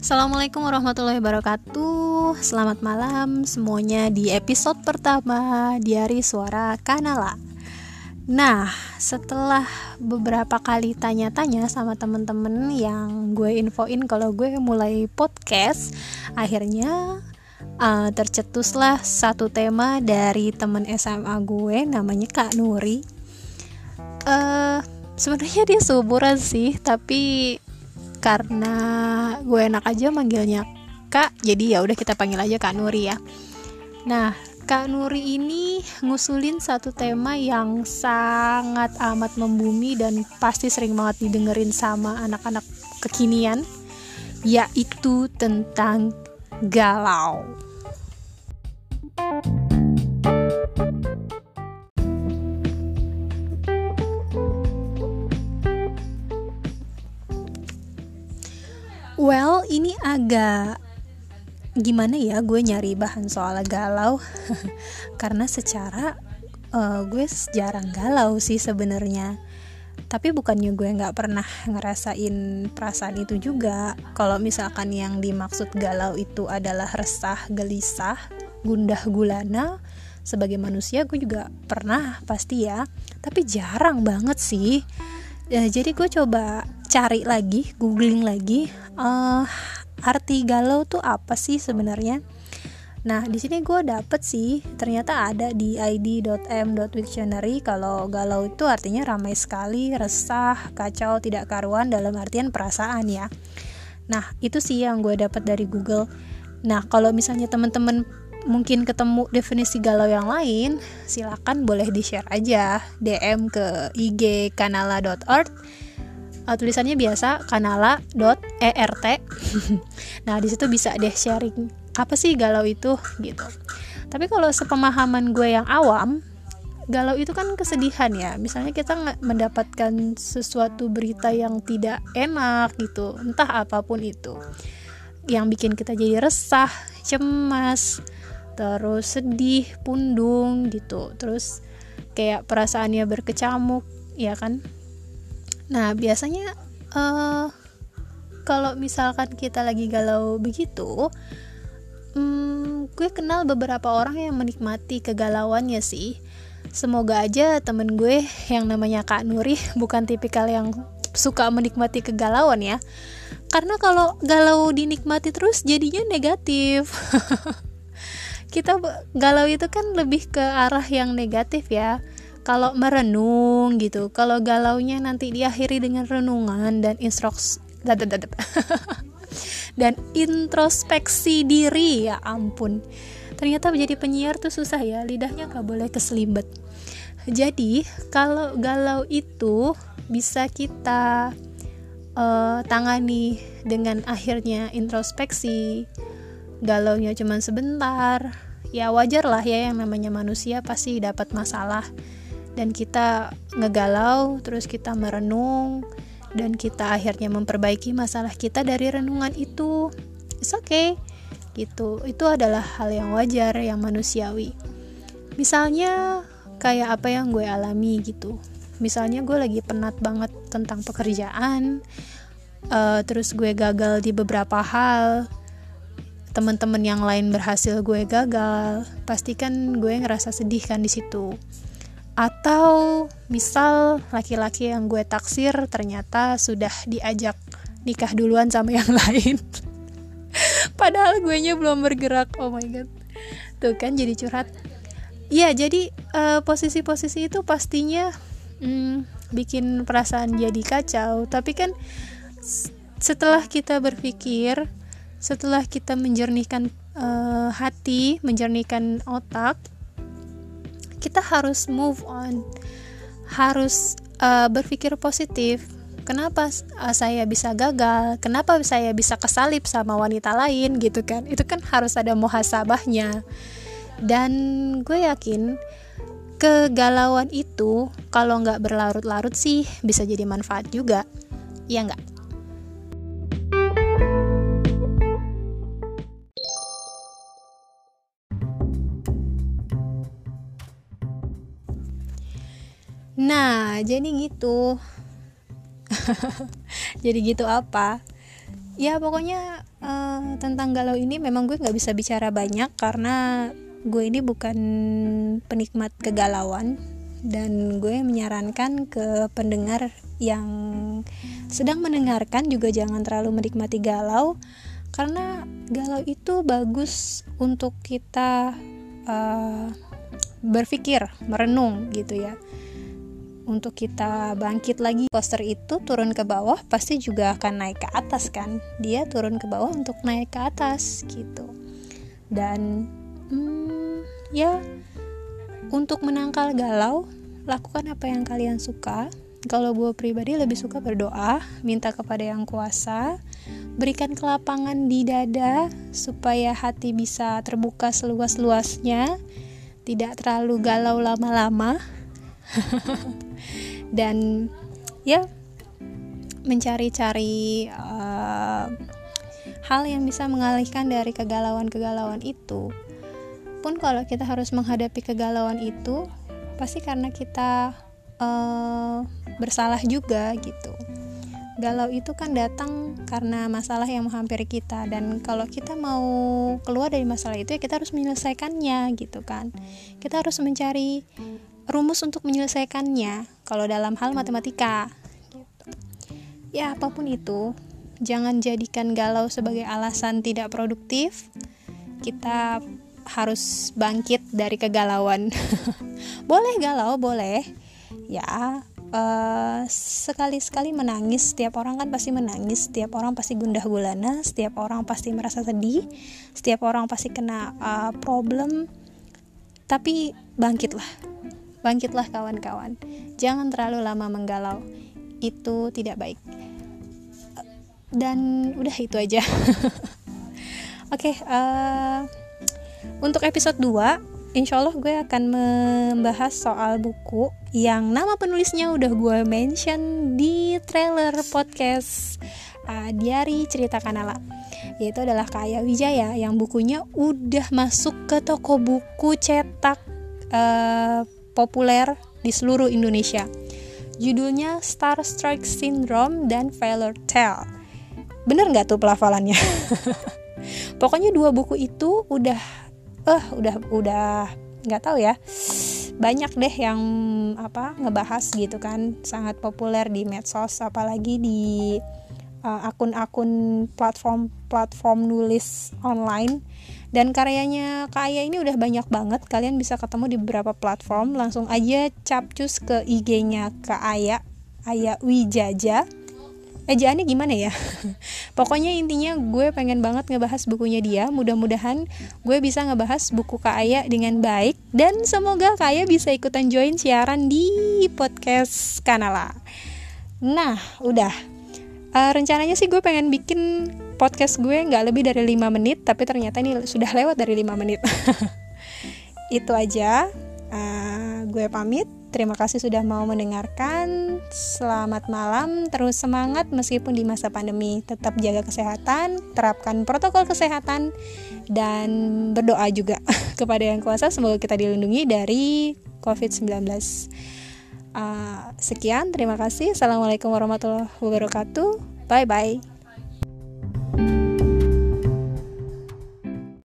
Assalamualaikum warahmatullahi wabarakatuh. Selamat malam semuanya di episode pertama Diari Suara Kanala. Nah, setelah beberapa kali tanya-tanya sama temen-temen yang gue infoin kalau gue mulai podcast, akhirnya tercetuslah satu tema dari temen SMA gue namanya Kak Nuri. Sebenarnya dia seumuran sih, tapi karena gue enak aja manggilnya Kak, jadi ya udah kita panggil aja Kak Nuri ya. Nah, Kak Nuri ini ngusulin satu tema yang sangat amat membumi dan pasti sering banget didengerin sama anak-anak kekinian, yaitu tentang galau. Well, ini agak gimana ya gue nyari bahan soal galau karena secara gue jarang galau sih sebenarnya. Tapi bukannya gue nggak pernah ngerasain perasaan itu juga. Kalau misalkan yang dimaksud galau itu adalah resah, gelisah, gundah gulana, sebagai manusia gue juga pernah pasti ya. Tapi jarang banget sih. Jadi gue coba cari lagi, googling lagi, arti galau tuh apa sih sebenarnya. Nah, di sini gue dapet sih, ternyata ada di id.m.wiktionary kalau galau itu artinya ramai sekali, resah, kacau, tidak karuan dalam artian perasaan ya. Nah, itu sih yang gue dapat dari Google. Nah, kalau misalnya teman-teman mungkin ketemu definisi galau yang lain, silakan boleh di-share aja, DM ke IG kanala.org. Tulisannya biasa kanala.ert. Nah, di situ bisa deh sharing apa sih galau itu gitu. Tapi kalau sepemahaman gue yang awam, galau itu kan kesedihan ya. Misalnya kita mendapatkan sesuatu berita yang tidak enak gitu, entah apapun itu, yang bikin kita jadi resah, cemas, terus sedih, pundung gitu, terus kayak perasaannya berkecamuk, ya kan? Nah, biasanya kalau misalkan kita lagi galau begitu, gue kenal beberapa orang yang menikmati kegalauannya sih. Semoga aja temen gue yang namanya Kak Nuri bukan tipikal yang suka menikmati kegalauan ya. Karena kalau galau dinikmati terus jadinya negatif. Kita galau itu kan lebih ke arah yang negatif ya. Kalau merenung gitu, kalau galaunya nanti diakhiri dengan renungan dan dan introspeksi diri, ya ampun. Ternyata menjadi penyiar tuh susah ya, lidahnya gak boleh keselimbet. Jadi kalau galau itu bisa kita tangani dengan akhirnya introspeksi. Galaunya cuma sebentar, ya wajar lah ya, yang namanya manusia pasti dapat masalah. Dan kita ngegalau, terus kita merenung, dan kita akhirnya memperbaiki masalah kita dari renungan itu. It's okay gitu. Itu adalah hal yang wajar, yang manusiawi. Misalnya kayak apa yang gue alami gitu. Misalnya gue lagi penat banget tentang pekerjaan, terus gue gagal di beberapa hal, teman-teman yang lain berhasil, gue gagal, pasti kan gue ngerasa sedih kan di situ. Atau misal laki-laki yang gue taksir ternyata sudah diajak nikah duluan sama yang lain, padahal gue nya belum bergerak. Oh my god, tuh kan jadi curhat. Iya, jadi posisi-posisi itu pastinya bikin perasaan jadi kacau. Tapi kan setelah kita berpikir, setelah kita menjernihkan hati, menjernihkan otak, kita harus move on, harus berpikir positif. Kenapa saya bisa gagal? Kenapa saya bisa kesalip sama wanita lain gitu kan? Itu kan harus ada muhasabahnya. Dan gue yakin kegalauan itu kalau nggak berlarut-larut sih bisa jadi manfaat juga, ya nggak? Nah, jadi gitu. Jadi gitu apa? Ya pokoknya tentang galau ini memang gue nggak bisa bicara banyak karena gue ini bukan penikmat kegalauan, dan gue menyarankan ke pendengar yang sedang mendengarkan juga jangan terlalu menikmati galau, karena galau itu bagus untuk kita berpikir, merenung gitu ya, untuk kita bangkit lagi. Poster itu turun ke bawah pasti juga akan naik ke atas kan, dia turun ke bawah untuk naik ke atas gitu. Dan ya untuk menangkal galau, lakukan apa yang kalian suka. Kalau gue pribadi lebih suka berdoa, minta kepada yang kuasa, berikan kelapangan di dada supaya hati bisa terbuka seluas-luasnya, tidak terlalu galau lama-lama. Dan ya mencari-cari hal yang bisa mengalihkan dari kegalauan-kegalauan itu. Pun kalau kita harus menghadapi kegalauan itu, pasti karena kita bersalah juga gitu. Galau itu kan datang karena masalah yang menghampiri kita, dan kalau kita mau keluar dari masalah itu ya kita harus menyelesaikannya gitu kan. Kita harus mencari rumus untuk menyelesaikannya kalau dalam hal matematika gitu. Ya apapun itu, jangan jadikan galau sebagai alasan tidak produktif. Kita harus bangkit dari kegalauan. Boleh galau, boleh ya, sekali-sekali menangis. Setiap orang kan pasti menangis, setiap orang pasti gundah gulana, setiap orang pasti merasa sedih, setiap orang pasti kena problem. Tapi bangkitlah kawan-kawan, jangan terlalu lama menggalau, itu tidak baik. Dan udah itu aja. Oke, untuk episode 2 insya Allah gue akan membahas soal buku yang nama penulisnya udah gue mention di trailer podcast Diari Cerita Kanala, yaitu adalah Kak Aya Wijaya, yang bukunya udah masuk ke toko buku cetak populer di seluruh Indonesia. Judulnya Starstruck Syndrome dan Failure Tale. Bener nggak tuh pelafalannya? Pokoknya 2 buku itu udah nggak tahu ya, banyak deh yang ngebahas gitu kan, sangat populer di medsos, apalagi di akun-akun platform nulis online. Dan karyanya Kak Aya ini udah banyak banget, kalian bisa ketemu di beberapa platform. Langsung aja capcus ke IG-nya Kak Aya Wijaja. Ejaannya gimana ya? Pokoknya intinya gue pengen banget ngebahas bukunya dia. Mudah-mudahan gue bisa ngebahas buku Kak Aya dengan baik, dan semoga Kak Aya bisa ikutan join siaran di podcast Kanala. Nah, udah. Rencananya sih gue pengen bikin podcast gue gak lebih dari 5 menit, tapi ternyata ini sudah lewat dari 5 menit. Itu aja. Gue pamit. Terima kasih sudah mau mendengarkan. Selamat malam, terus semangat meskipun di masa pandemi. Tetap jaga kesehatan, terapkan protokol kesehatan, dan berdoa juga kepada Yang Kuasa semoga kita dilindungi dari COVID-19. Sekian, terima kasih. Assalamualaikum warahmatullahi wabarakatuh. Bye-bye.